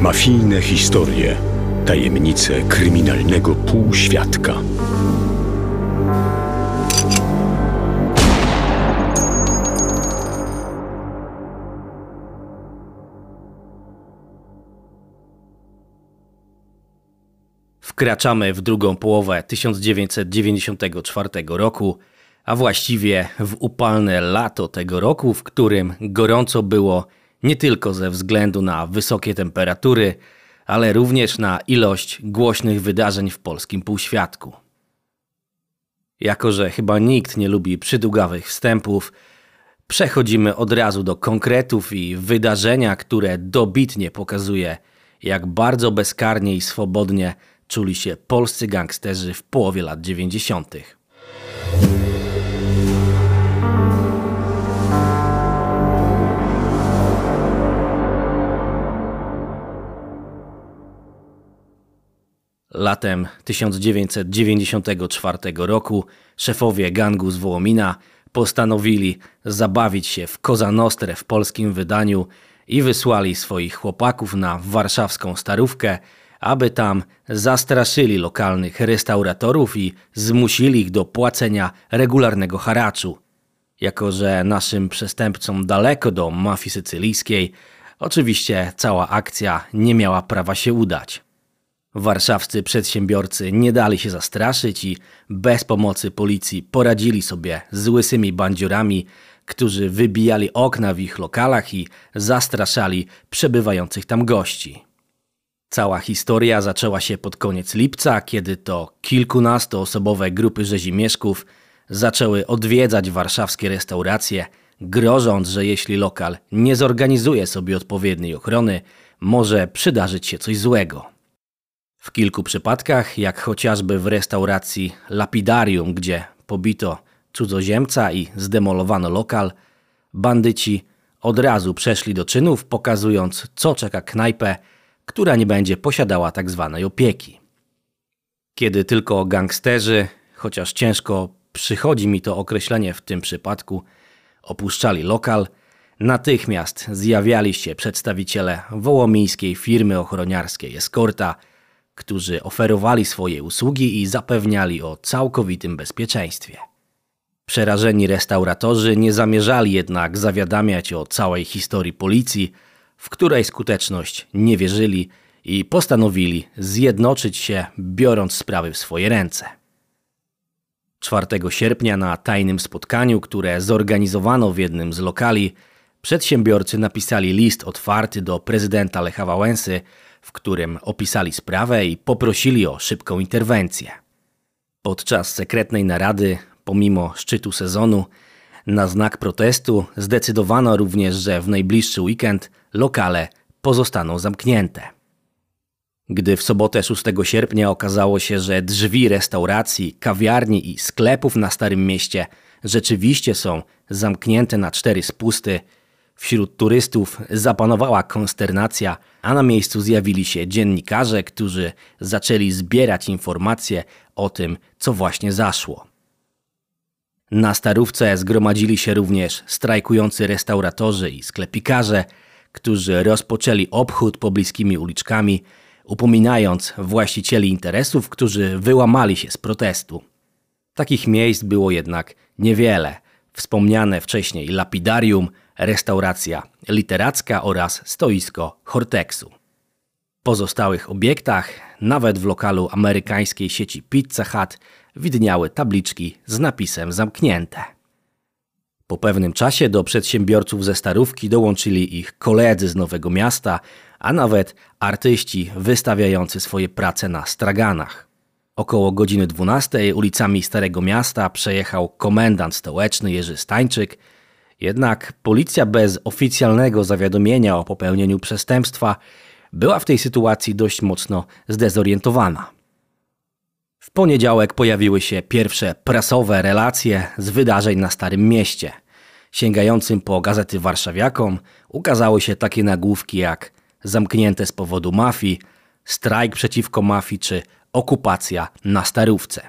Mafijne historie, tajemnice kryminalnego półświadka. Wkraczamy w drugą połowę 1994 roku, a właściwie w upalne lato tego roku, w którym gorąco było nie tylko ze względu na wysokie temperatury, ale również na ilość głośnych wydarzeń w polskim półświadku. Jako że chyba nikt nie lubi przydługawych wstępów, przechodzimy od razu do konkretów i wydarzenia, które dobitnie pokazuje, jak bardzo bezkarnie i swobodnie czuli się polscy gangsterzy w połowie lat 90. Latem 1994 roku szefowie gangu z Wołomina postanowili zabawić się w Cosa Nostrę w polskim wydaniu i wysłali swoich chłopaków na warszawską Starówkę, aby tam zastraszyli lokalnych restauratorów i zmusili ich do płacenia regularnego haraczu. Jako że naszym przestępcom daleko do mafii sycylijskiej, oczywiście cała akcja nie miała prawa się udać. Warszawscy przedsiębiorcy nie dali się zastraszyć i bez pomocy policji poradzili sobie z łysymi bandziorami, którzy wybijali okna w ich lokalach i zastraszali przebywających tam gości. Cała historia zaczęła się pod koniec lipca, kiedy to kilkunastoosobowe grupy rzezimieszków zaczęły odwiedzać warszawskie restauracje, grożąc, że jeśli lokal nie zorganizuje sobie odpowiedniej ochrony, może przydarzyć się coś złego. W kilku przypadkach, jak chociażby w restauracji Lapidarium, gdzie pobito cudzoziemca i zdemolowano lokal, bandyci od razu przeszli do czynów, pokazując, co czeka knajpę, która nie będzie posiadała tzw. opieki. Kiedy tylko gangsterzy, chociaż ciężko przychodzi mi to określenie w tym przypadku, opuszczali lokal, natychmiast zjawiali się przedstawiciele wołomińskiej firmy ochroniarskiej Eskorta, którzy oferowali swoje usługi i zapewniali o całkowitym bezpieczeństwie. Przerażeni restauratorzy nie zamierzali jednak zawiadamiać o całej historii policji, w której skuteczność nie wierzyli i postanowili zjednoczyć się, biorąc sprawy w swoje ręce. 4 sierpnia na tajnym spotkaniu, które zorganizowano w jednym z lokali, przedsiębiorcy napisali list otwarty do prezydenta Lecha Wałęsy, w którym opisali sprawę i poprosili o szybką interwencję. Podczas sekretnej narady, pomimo szczytu sezonu, na znak protestu zdecydowano również, że w najbliższy weekend lokale pozostaną zamknięte. Gdy w sobotę 6 sierpnia okazało się, że drzwi restauracji, kawiarni i sklepów na Starym Mieście rzeczywiście są zamknięte na 4 spusty, wśród turystów zapanowała konsternacja, a na miejscu zjawili się dziennikarze, którzy zaczęli zbierać informacje o tym, co właśnie zaszło. Na Starówce zgromadzili się również strajkujący restauratorzy i sklepikarze, którzy rozpoczęli obchód pobliskimi uliczkami, upominając właścicieli interesów, którzy wyłamali się z protestu. Takich miejsc było jednak niewiele. Wspomniane wcześniej Lapidarium, restauracja literacka oraz stoisko Horteksu. W pozostałych obiektach, nawet w lokalu amerykańskiej sieci Pizza Hut, widniały tabliczki z napisem zamknięte. Po pewnym czasie do przedsiębiorców ze Starówki dołączyli ich koledzy z Nowego Miasta, a nawet artyści wystawiający swoje prace na straganach. Około godziny 12 ulicami Starego Miasta przejechał komendant stołeczny Jerzy Stańczyk, jednak policja bez oficjalnego zawiadomienia o popełnieniu przestępstwa była w tej sytuacji dość mocno zdezorientowana. W poniedziałek pojawiły się pierwsze prasowe relacje z wydarzeń na Starym Mieście. Sięgającym po gazety warszawiakom ukazały się takie nagłówki jak zamknięte z powodu mafii, strajk przeciwko mafii czy okupacja na Starówce.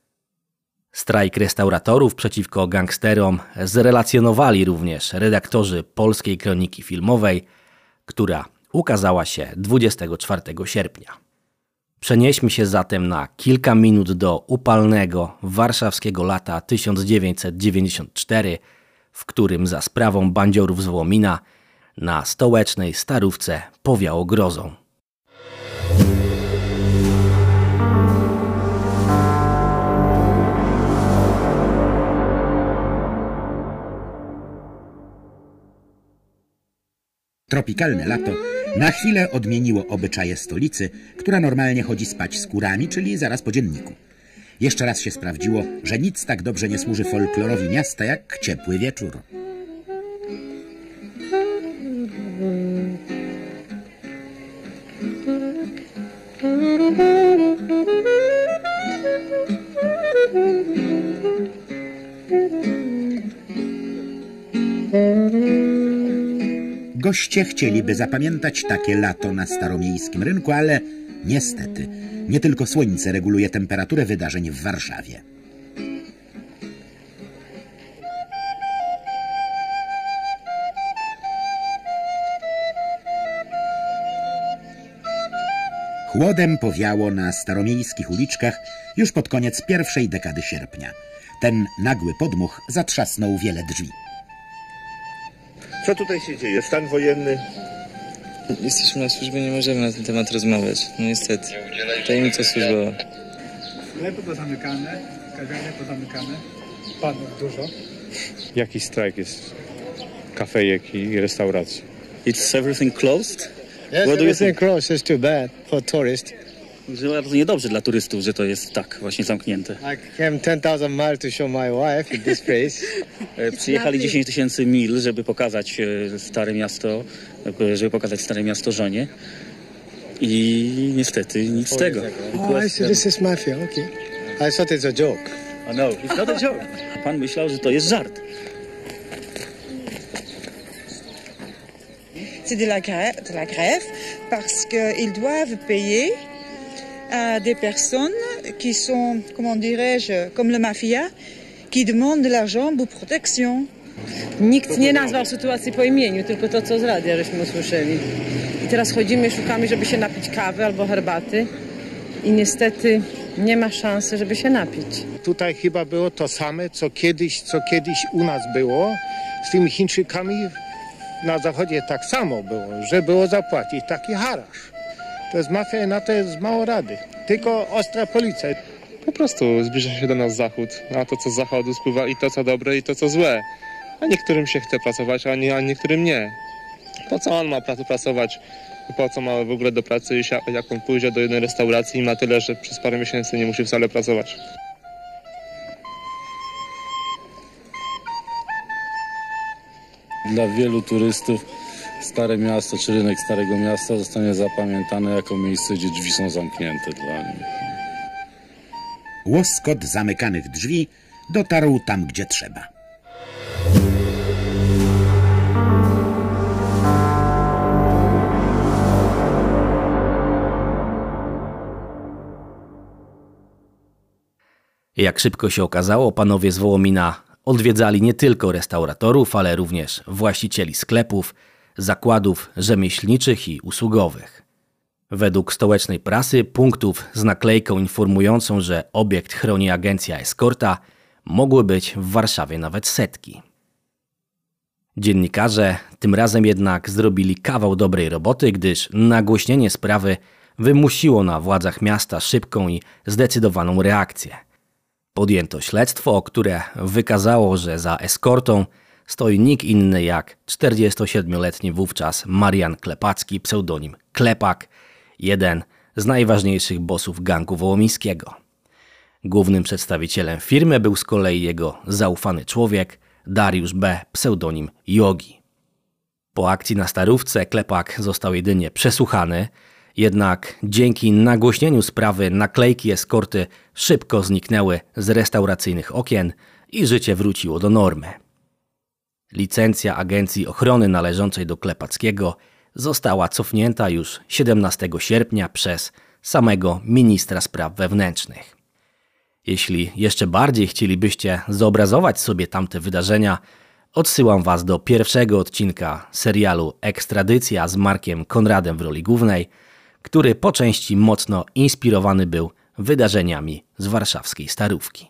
Strajk restauratorów przeciwko gangsterom zrelacjonowali również redaktorzy Polskiej Kroniki Filmowej, która ukazała się 24 sierpnia. Przenieśmy się zatem na kilka minut do upalnego warszawskiego lata 1994, w którym za sprawą bandziorów z Wołomina na stołecznej Starówce powiało grozą. Tropikalne lato na chwilę odmieniło obyczaje stolicy, która normalnie chodzi spać z kurami, czyli zaraz po dzienniku. Jeszcze raz się sprawdziło, że nic tak dobrze nie służy folklorowi miasta jak ciepły wieczór. Goście chcieliby zapamiętać takie lato na staromiejskim rynku, ale niestety nie tylko słońce reguluje temperaturę wydarzeń w Warszawie. Chłodem powiało na staromiejskich uliczkach już pod koniec pierwszej dekady sierpnia. Ten nagły podmuch zatrzasnął wiele drzwi. Co tutaj się dzieje? Stan wojenny? Jesteśmy na służbie, nie możemy na ten temat rozmawiać. No niestety. Tajemnica służbowa. Sklepy pozamykane, kawiarnie pozamykane, panów dużo. Jakiś strajk jest kafejek i restauracji. It's everything closed? Yes, everything closed. It's too bad for tourists. Że bardzo niedobrze dla turystów, że to jest tak właśnie zamknięte. I came 10,000 miles to show my wife in this place. Przyjechali 10 tysięcy mil, żeby pokazać Stare Miasto żonie. I niestety nic z tego. Oh, I see, this is mafia, okay. I thought it's a joke. Oh no, it's not a joke. Pan myślał, że to jest żart. C'est de la grève parce qu'ils doivent payer à des personnes qui sont, comment dirais-je, comme la mafia, qui demandent de l'argent pour protection. Nikt nie nazwał sytuacji po imieniu, tylko to, co z radia żeśmy usłyszeli. I teraz chodzimy, szukamy, żeby się napić kawy albo herbaty i niestety nie ma szansy, żeby się napić. Tutaj chyba było to same, co kiedyś u nas było z tymi Chińczykami. Na zachodzie tak samo było, że było zapłacić taki harasz. To jest mafia i na to jest mało rady. Tylko ostra policja. Po prostu zbliża się do nas Zachód, a to co z Zachodu spływa i to co dobre i to co złe. A niektórym się chce pracować, a niektórym nie. Po co on ma pracować? Po co ma w ogóle do pracy iść, jak on pójdzie do jednej restauracji i ma tyle, że przez parę miesięcy nie musi wcale pracować. Dla wielu turystów Stare Miasto czy rynek Starego Miasta zostanie zapamiętane jako miejsce, gdzie drzwi są zamknięte dla nich. Łoskot zamykanych drzwi dotarł tam, gdzie trzeba. Jak szybko się okazało, panowie z Wołomina odwiedzali nie tylko restauratorów, ale również właścicieli sklepów, zakładów rzemieślniczych i usługowych. Według stołecznej prasy punktów z naklejką informującą, że obiekt chroni agencja Eskorta, mogły być w Warszawie nawet setki. Dziennikarze tym razem jednak zrobili kawał dobrej roboty, gdyż nagłośnienie sprawy wymusiło na władzach miasta szybką i zdecydowaną reakcję. Podjęto śledztwo, które wykazało, że za eskortą stoi nikt inny jak 47-letni wówczas Marian Klepacki, pseudonim Klepak, jeden z najważniejszych bossów gangu wołomińskiego. Głównym przedstawicielem firmy był z kolei jego zaufany człowiek Dariusz B., pseudonim Jogi. Po akcji na Starówce Klepak został jedynie przesłuchany, jednak dzięki nagłośnieniu sprawy naklejki eskorty szybko zniknęły z restauracyjnych okien i życie wróciło do normy. Licencja Agencji Ochrony należącej do Klepackiego została cofnięta już 17 sierpnia przez samego ministra spraw wewnętrznych. Jeśli jeszcze bardziej chcielibyście zobrazować sobie tamte wydarzenia, odsyłam Was do pierwszego odcinka serialu Ekstradycja z Markiem Konradem w roli głównej, który po części mocno inspirowany był wydarzeniami z warszawskiej Starówki.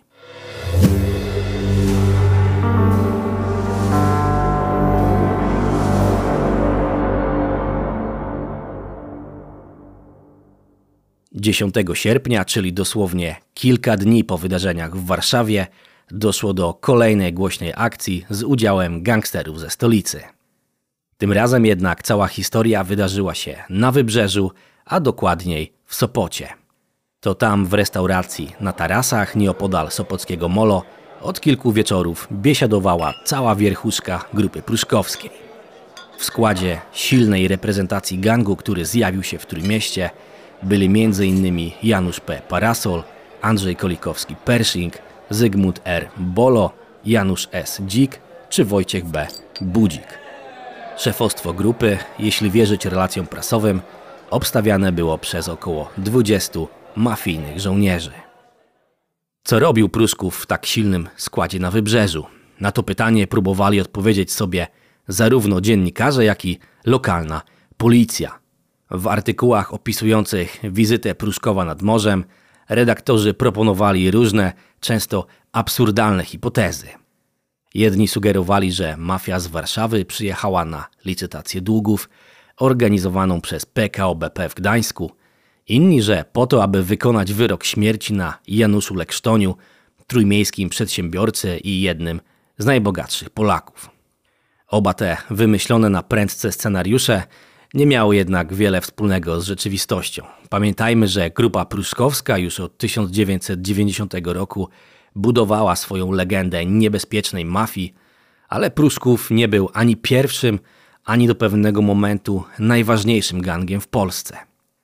Dziesiątego sierpnia, czyli dosłownie kilka dni po wydarzeniach w Warszawie, doszło do kolejnej głośnej akcji z udziałem gangsterów ze stolicy. Tym razem jednak cała historia wydarzyła się na Wybrzeżu, a dokładniej w Sopocie. To tam w restauracji na tarasach nieopodal sopockiego molo od kilku wieczorów biesiadowała cała wierchuszka grupy pruszkowskiej. W składzie silnej reprezentacji gangu, który zjawił się w Trójmieście, byli m.in. Janusz P. Parasol, Andrzej Kolikowski-Pershing, Zygmunt R. Bolo, Janusz S. Dzik czy Wojciech B. Budzik. Szefostwo grupy, jeśli wierzyć relacjom prasowym, obstawiane było przez około 20 mafijnych żołnierzy. Co robił Pruszków w tak silnym składzie na Wybrzeżu? Na to pytanie próbowali odpowiedzieć sobie zarówno dziennikarze, jak i lokalna policja. W artykułach opisujących wizytę Pruszkowa nad morzem redaktorzy proponowali różne, często absurdalne hipotezy. Jedni sugerowali, że mafia z Warszawy przyjechała na licytację długów organizowaną przez PKO BP w Gdańsku, inni, że po to, aby wykonać wyrok śmierci na Januszu Leksztoniu, trójmiejskim przedsiębiorcy i jednym z najbogatszych Polaków. Oba te wymyślone na prędce scenariusze nie miały jednak wiele wspólnego z rzeczywistością. Pamiętajmy, że grupa pruszkowska już od 1990 roku budowała swoją legendę niebezpiecznej mafii, ale Pruszków nie był ani pierwszym, ani do pewnego momentu najważniejszym gangiem w Polsce.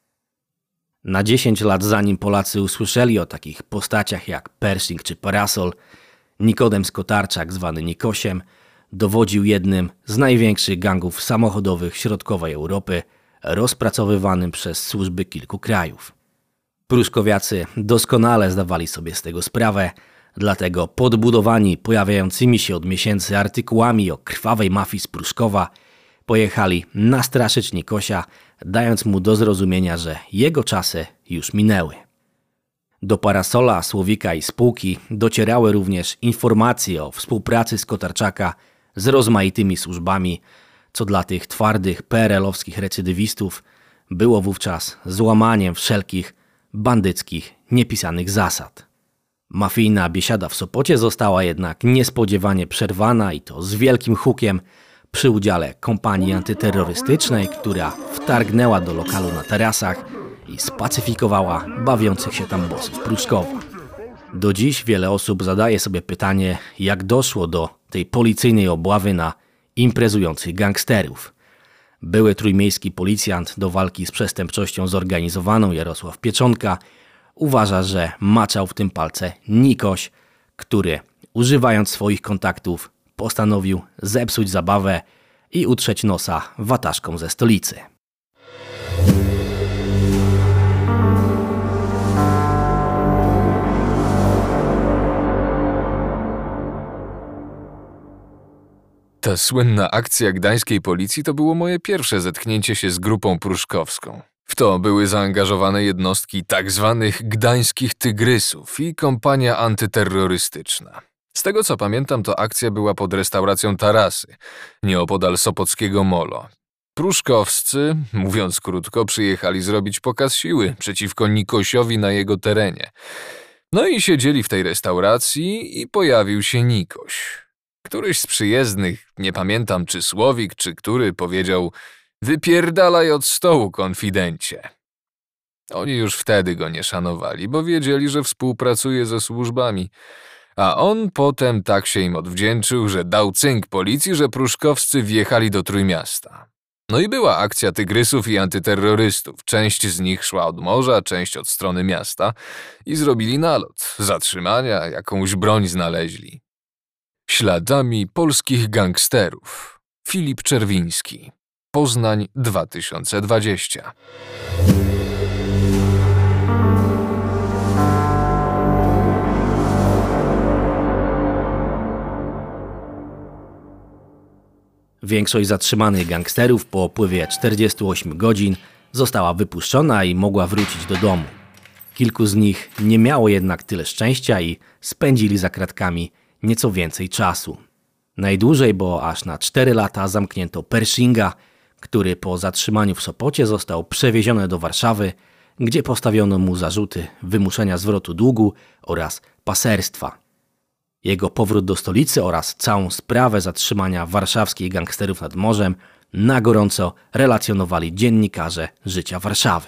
Na 10 lat zanim Polacy usłyszeli o takich postaciach jak Pershing czy Parasol, Nikodem Skotarczak, zwany Nikosiem, dowodził jednym z największych gangów samochodowych środkowej Europy, rozpracowywanym przez służby kilku krajów. Pruszkowiacy doskonale zdawali sobie z tego sprawę, dlatego podbudowani pojawiającymi się od miesięcy artykułami o krwawej mafii z Pruszkowa, pojechali nastraszyć Nikosia, dając mu do zrozumienia, że jego czasy już minęły. Do Parasola, Słowika i spółki docierały również informacje o współpracy Skotarczaka z rozmaitymi służbami, co dla tych twardych PRL-owskich recydywistów było wówczas złamaniem wszelkich bandyckich, niepisanych zasad. Mafijna biesiada w Sopocie została jednak niespodziewanie przerwana i to z wielkim hukiem przy udziale kompanii antyterrorystycznej, która wtargnęła do lokalu na tarasach i spacyfikowała bawiących się tam bossów Pruszkowa. Do dziś wiele osób zadaje sobie pytanie, jak doszło do tej policyjnej obławy na imprezujących gangsterów. Były trójmiejski policjant do walki z przestępczością zorganizowaną Jarosław Pieczonka uważa, że maczał w tym palce Nikoś, który, używając swoich kontaktów, postanowił zepsuć zabawę i utrzeć nosa watażkom ze stolicy. Ta słynna akcja gdańskiej policji to było moje pierwsze zetknięcie się z grupą pruszkowską. W to były zaangażowane jednostki tzw. gdańskich tygrysów i kompania antyterrorystyczna. Z tego co pamiętam, to akcja była pod restauracją Tarasy, nieopodal sopockiego molo. Pruszkowscy, mówiąc krótko, przyjechali zrobić pokaz siły przeciwko Nikosiowi na jego terenie. No i siedzieli w tej restauracji i pojawił się Nikoś. Któryś z przyjezdnych, nie pamiętam czy Słowik, czy który, powiedział: wypierdalaj od stołu, konfidencie. Oni już wtedy go nie szanowali, bo wiedzieli, że współpracuje ze służbami. A on potem tak się im odwdzięczył, że dał cynk policji, że pruszkowscy wjechali do Trójmiasta. No i była akcja tygrysów i antyterrorystów. Część z nich szła od morza, część od strony miasta i zrobili nalot. Zatrzymania, jakąś broń znaleźli. Śladami polskich gangsterów. Filip Czerwiński. Poznań 2020. Większość zatrzymanych gangsterów po upływie 48 godzin została wypuszczona i mogła wrócić do domu. Kilku z nich nie miało jednak tyle szczęścia i spędzili za kratkami nieco więcej czasu. Najdłużej, bo aż na 4 lata zamknięto Pershinga, który po zatrzymaniu w Sopocie został przewieziony do Warszawy, gdzie postawiono mu zarzuty wymuszenia zwrotu długu oraz paserstwa. Jego powrót do stolicy oraz całą sprawę zatrzymania warszawskich gangsterów nad morzem na gorąco relacjonowali dziennikarze Życia Warszawy.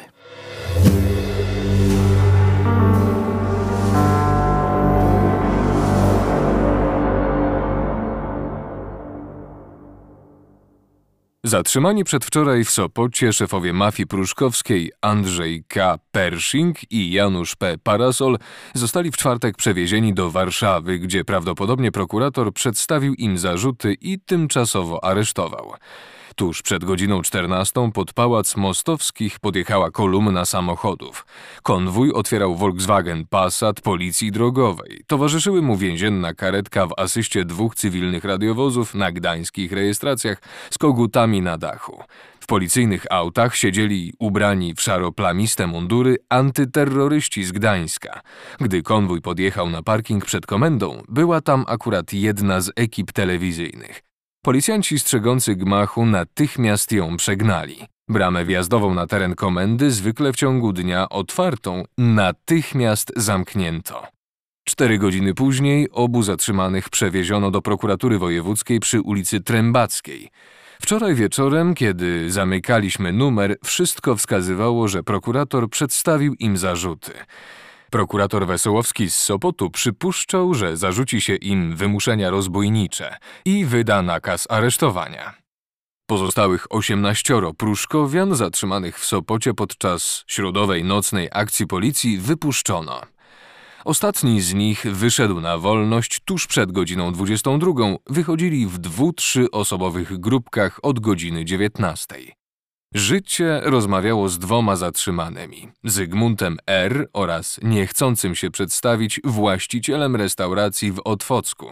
Zatrzymani przedwczoraj w Sopocie szefowie mafii pruszkowskiej Andrzej K. Pershing i Janusz P. Parasol zostali w czwartek przewiezieni do Warszawy, gdzie prawdopodobnie prokurator przedstawił im zarzuty i tymczasowo aresztował. Tuż przed godziną 14 pod Pałac Mostowskich podjechała kolumna samochodów. Konwój otwierał Volkswagen Passat Policji Drogowej. Towarzyszyły mu więzienna karetka w asyście 2 cywilnych radiowozów na gdańskich rejestracjach z kogutami na dachu. W policyjnych autach siedzieli ubrani w szaro-plamiste mundury antyterroryści z Gdańska. Gdy konwój podjechał na parking przed komendą, była tam akurat jedna z ekip telewizyjnych. Policjanci strzegący gmachu natychmiast ją przegnali. Bramę wjazdową na teren komendy, zwykle w ciągu dnia otwartą, natychmiast zamknięto. 4 godziny później obu zatrzymanych przewieziono do prokuratury wojewódzkiej przy ulicy Trębackiej. Wczoraj wieczorem, kiedy zamykaliśmy numer, wszystko wskazywało, że prokurator przedstawił im zarzuty. Prokurator Wesołowski z Sopotu przypuszczał, że zarzuci się im wymuszenia rozbójnicze i wyda nakaz aresztowania. Pozostałych 18 pruszkowian zatrzymanych w Sopocie podczas środowej nocnej akcji policji wypuszczono. Ostatni z nich wyszedł na wolność tuż przed godziną 22. Wychodzili w 2-3 osobowych grupkach od godziny 19. Życie rozmawiało z 2 zatrzymanymi, Zygmuntem R. oraz niechcącym się przedstawić właścicielem restauracji w Otwocku.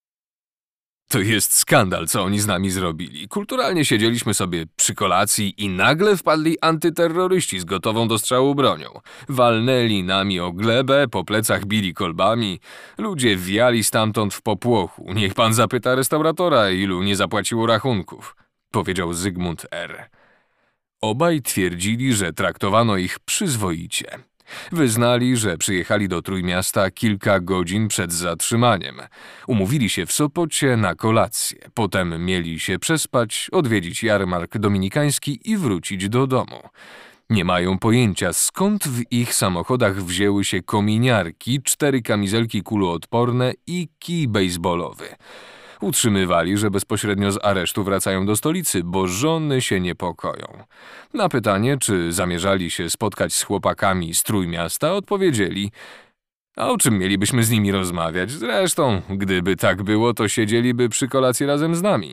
To jest skandal, co oni z nami zrobili. Kulturalnie siedzieliśmy sobie przy kolacji i nagle wpadli antyterroryści z gotową do strzału bronią. Walnęli nami o glebę, po plecach bili kolbami. Ludzie wiali stamtąd w popłochu. Niech pan zapyta restauratora, ilu nie zapłaciło rachunków, powiedział Zygmunt R. Obaj twierdzili, że traktowano ich przyzwoicie. Wyznali, że przyjechali do Trójmiasta kilka godzin przed zatrzymaniem. Umówili się w Sopocie na kolację. Potem mieli się przespać, odwiedzić jarmark dominikański i wrócić do domu. Nie mają pojęcia, skąd w ich samochodach wzięły się kominiarki, 4 kamizelki kuloodporne i kij bejsbolowy. Utrzymywali, że bezpośrednio z aresztu wracają do stolicy, bo żony się niepokoją. Na pytanie, czy zamierzali się spotkać z chłopakami z Trójmiasta, odpowiedzieli: a o czym mielibyśmy z nimi rozmawiać? Zresztą, gdyby tak było, to siedzieliby przy kolacji razem z nami.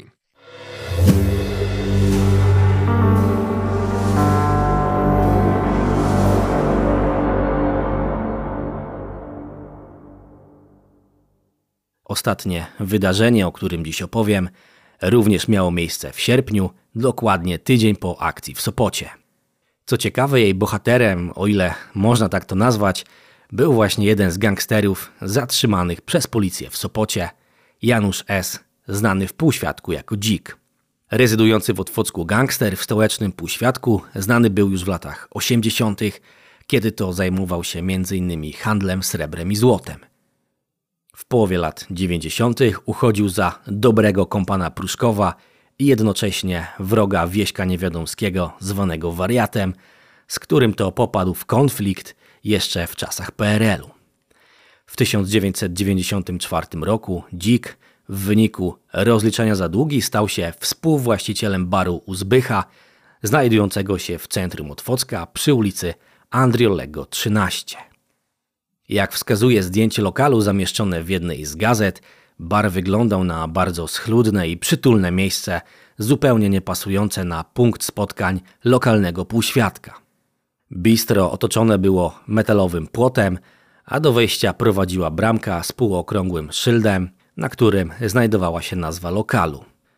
Ostatnie wydarzenie, o którym dziś opowiem, również miało miejsce w sierpniu, dokładnie tydzień po akcji w Sopocie. Co ciekawe, jej bohaterem, o ile można tak to nazwać, był właśnie jeden z gangsterów zatrzymanych przez policję w Sopocie, Janusz S., znany w Półświadku jako Dzik. Rezydujący w Otwocku gangster w stołecznym Półświadku znany był już w latach 80., kiedy to zajmował się m.in. handlem srebrem i złotem. W połowie lat 90. uchodził za dobrego kompana Pruszkowa i jednocześnie wroga Wieśka Niewiadomskiego, zwanego wariatem, z którym to popadł w konflikt jeszcze w czasach PRL-u. W 1994 roku Dzik w wyniku rozliczenia za długi stał się współwłaścicielem baru u Zbycha, znajdującego się w centrum Otwocka przy ulicy Andriolego 13. Jak wskazuje zdjęcie lokalu zamieszczone w jednej z gazet, bar wyglądał na bardzo schludne i przytulne miejsce, zupełnie niepasujące na punkt spotkań lokalnego półświadka. Bistro otoczone było metalowym płotem, a do wejścia prowadziła bramka z półokrągłym szyldem, na którym znajdowała się nazwa lokalu.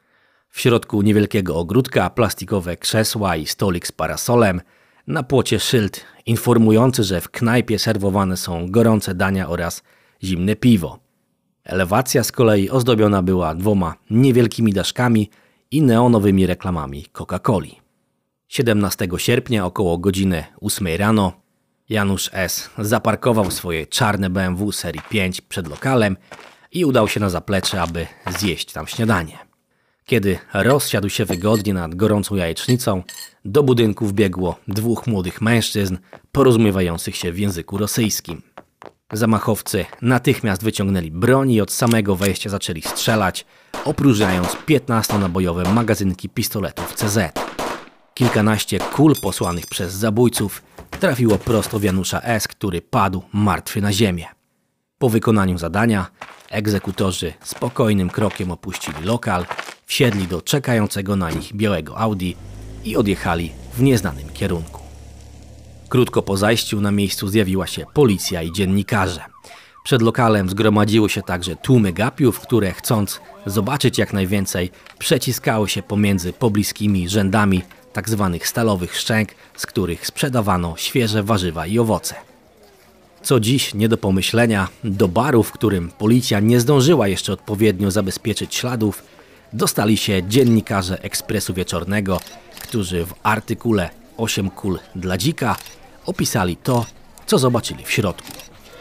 W środku niewielkiego ogródka plastikowe krzesła i stolik z parasolem, na płocie szyld informujący, że w knajpie serwowane są gorące dania oraz zimne piwo. Elewacja z kolei ozdobiona była 2 niewielkimi daszkami i neonowymi reklamami Coca-Coli. 17 sierpnia około godziny 8 rano Janusz S. zaparkował swoje czarne BMW serii 5 przed lokalem i udał się na zaplecze, aby zjeść tam śniadanie. Kiedy rozsiadł się wygodnie nad gorącą jajecznicą, do budynku wbiegło 2 młodych mężczyzn porozumiewających się w języku rosyjskim. Zamachowcy natychmiast wyciągnęli broń i od samego wejścia zaczęli strzelać, opróżniając 15-nabojowe magazynki pistoletów CZ. Kilkanaście kul posłanych przez zabójców trafiło prosto w Janusza S., który padł martwy na ziemię. Po wykonaniu zadania egzekutorzy spokojnym krokiem opuścili lokal, wsiedli do czekającego na nich białego Audi i odjechali w nieznanym kierunku. Krótko po zajściu na miejscu zjawiła się policja i dziennikarze. Przed lokalem zgromadziły się także tłumy gapiów, które chcąc zobaczyć jak najwięcej, przeciskały się pomiędzy pobliskimi rzędami tzw. stalowych szczęk, z których sprzedawano świeże warzywa i owoce. Co dziś nie do pomyślenia, do baru, w którym policja nie zdążyła jeszcze odpowiednio zabezpieczyć śladów, dostali się dziennikarze Ekspresu Wieczornego, którzy w artykule 8 kul dla dzika opisali to, co zobaczyli w środku.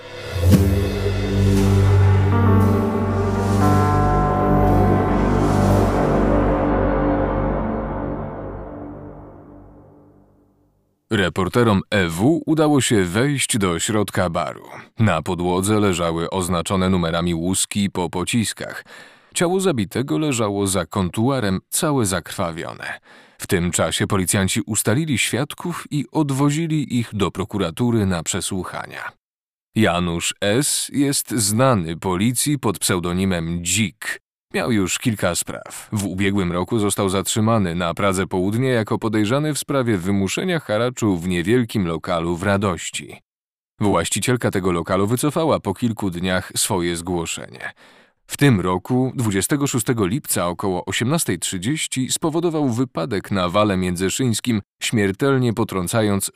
Reporterom EW udało się wejść do środka baru. Na podłodze leżały oznaczone numerami łuski po pociskach. Ciało zabitego leżało za kontuarem, całe zakrwawione. W tym czasie policjanci ustalili świadków i odwozili ich do prokuratury na przesłuchania. Janusz S. jest znany policji pod pseudonimem Dzik. Miał już kilka spraw. W ubiegłym roku został zatrzymany na Pradze Południe jako podejrzany w sprawie wymuszenia haraczu w niewielkim lokalu w Radości. Właścicielka tego lokalu wycofała po kilku dniach swoje zgłoszenie. W tym roku, 26 lipca około 18:30 spowodował wypadek na wale międzyszyńskim, śmiertelnie potrącając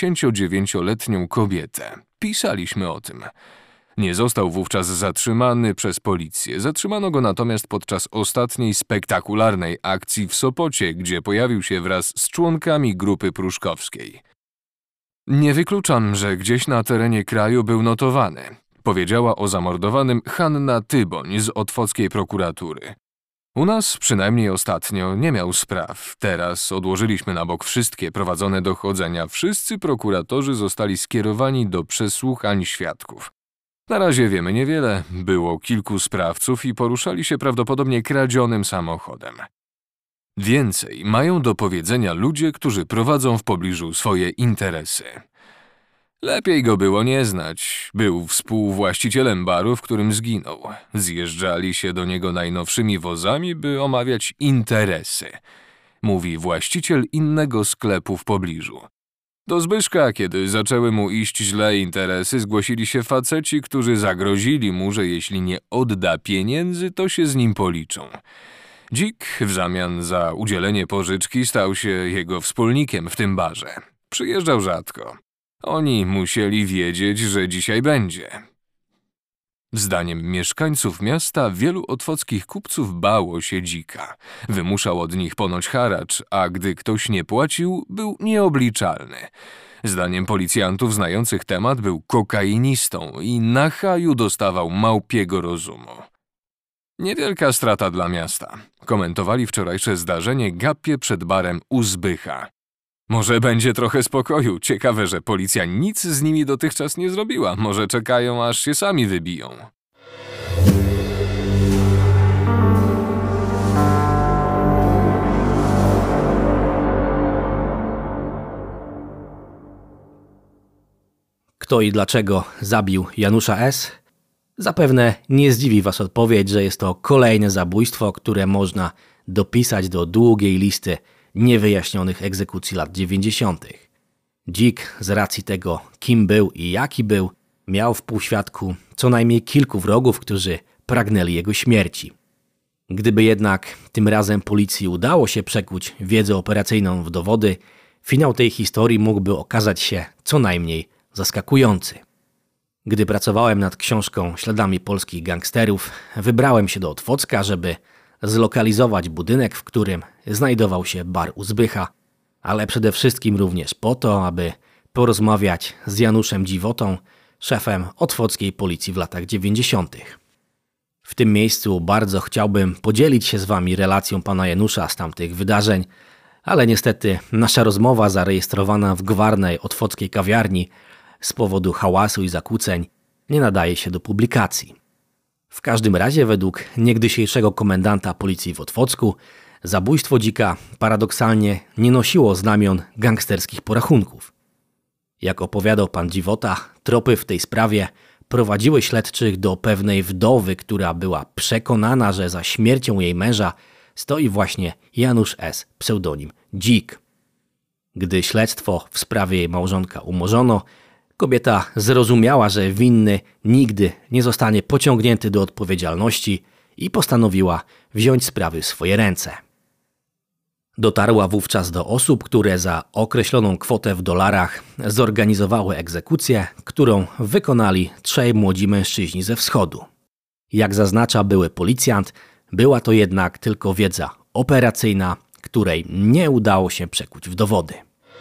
69-letnią kobietę. Pisaliśmy o tym. Nie został wówczas zatrzymany przez policję. Zatrzymano go natomiast podczas ostatniej spektakularnej akcji w Sopocie, gdzie pojawił się wraz z członkami grupy pruszkowskiej. Nie wykluczam, że gdzieś na terenie kraju był notowany, powiedziała o zamordowanym Hanna Tyboń z otwockiej prokuratury. U nas, przynajmniej ostatnio, nie miał spraw. Teraz odłożyliśmy na bok wszystkie prowadzone dochodzenia. Wszyscy prokuratorzy zostali skierowani do przesłuchań świadków. Na razie wiemy niewiele. Było kilku sprawców i poruszali się prawdopodobnie kradzionym samochodem. Więcej mają do powiedzenia ludzie, którzy prowadzą w pobliżu swoje interesy. Lepiej go było nie znać. Był współwłaścicielem baru, w którym zginął. Zjeżdżali się do niego najnowszymi wozami, by omawiać interesy. Mówi właściciel innego sklepu w pobliżu. Do Zbyszka, kiedy zaczęły mu iść źle interesy, zgłosili się faceci, którzy zagrozili mu, że jeśli nie odda pieniędzy, to się z nim policzą. Dzik w zamian za udzielenie pożyczki stał się jego wspólnikiem w tym barze. Przyjeżdżał rzadko. Oni musieli wiedzieć, że dzisiaj będzie. Zdaniem mieszkańców miasta wielu otwockich kupców bało się Dzika. Wymuszał od nich ponoć haracz, a gdy ktoś nie płacił, był nieobliczalny. Zdaniem policjantów znających temat był kokainistą i na haju dostawał małpiego rozumu. Niewielka strata dla miasta. Komentowali wczorajsze zdarzenie gapie przed barem u Zbycha. Może będzie trochę spokoju. Ciekawe, że policja nic z nimi dotychczas nie zrobiła. Może czekają, aż się sami wybiją. Kto i dlaczego zabił Janusza S.? Zapewne nie zdziwi Was odpowiedź, że jest to kolejne zabójstwo, które można dopisać do długiej listy niewyjaśnionych egzekucji lat 90. Dzik, z racji tego, kim był i jaki był, miał w półświadku co najmniej kilku wrogów, którzy pragnęli jego śmierci. Gdyby jednak tym razem policji udało się przekuć wiedzę operacyjną w dowody, finał tej historii mógłby okazać się co najmniej zaskakujący. Gdy pracowałem nad książką Śladami polskich gangsterów, wybrałem się do Otwocka, żeby zlokalizować budynek, w którym znajdował się bar u Zbycha, ale przede wszystkim również po to, aby porozmawiać z Januszem Dziwotą, szefem otwockiej policji w latach 90. W tym miejscu bardzo chciałbym podzielić się z wami relacją pana Janusza z tamtych wydarzeń, ale niestety nasza rozmowa zarejestrowana w gwarnej otwockiej kawiarni z powodu hałasu i zakłóceń nie nadaje się do publikacji. W każdym razie według niegdysiejszego komendanta policji w Otwocku zabójstwo Dzika paradoksalnie nie nosiło znamion gangsterskich porachunków. Jak opowiadał pan Dziwota, tropy w tej sprawie prowadziły śledczych do pewnej wdowy, która była przekonana, że za śmiercią jej męża stoi właśnie Janusz S., pseudonim Dzik. Gdy śledztwo w sprawie jej małżonka umorzono, kobieta zrozumiała, że winny nigdy nie zostanie pociągnięty do odpowiedzialności i postanowiła wziąć sprawy w swoje ręce. Dotarła wówczas do osób, które za określoną kwotę w dolarach zorganizowały egzekucję, którą wykonali 3 młodzi mężczyźni ze wschodu. Jak zaznacza były policjant, była to jednak tylko wiedza operacyjna, której nie udało się przekuć w dowody.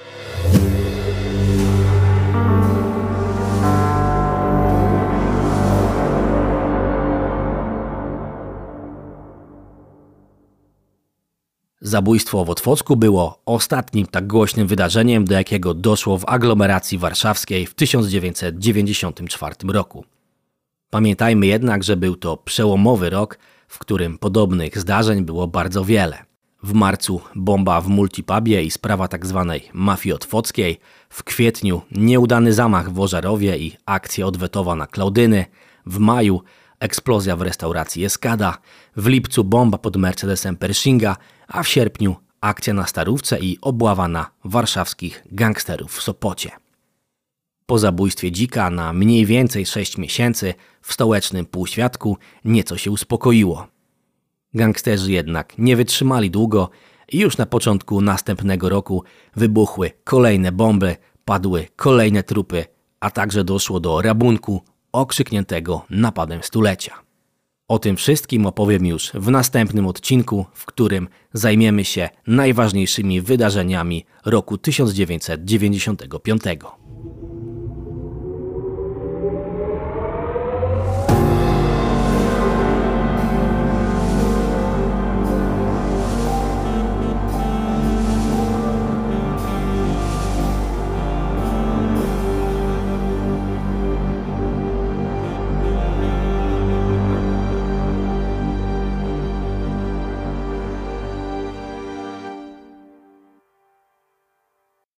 Zabójstwo w Otwocku było ostatnim tak głośnym wydarzeniem, do jakiego doszło w aglomeracji warszawskiej w 1994 roku. Pamiętajmy jednak, że był to przełomowy rok, w którym podobnych zdarzeń było bardzo wiele. W marcu bomba w multipubie i sprawa tzw. mafii otwockiej, w kwietniu nieudany zamach w Ożarowie i akcja odwetowa na Klaudyny, w maju eksplozja w restauracji Eskada, w lipcu bomba pod Mercedesem Pershinga, a w sierpniu akcja na Starówce i obława na warszawskich gangsterów w Sopocie. Po zabójstwie Dzika na mniej więcej 6 miesięcy w stołecznym Półświadku nieco się uspokoiło. Gangsterzy jednak nie wytrzymali długo i już na początku następnego roku wybuchły kolejne bomby, padły kolejne trupy, a także doszło do rabunku okrzykniętego napadem stulecia. O tym wszystkim opowiem już w następnym odcinku, w którym zajmiemy się najważniejszymi wydarzeniami roku 1995.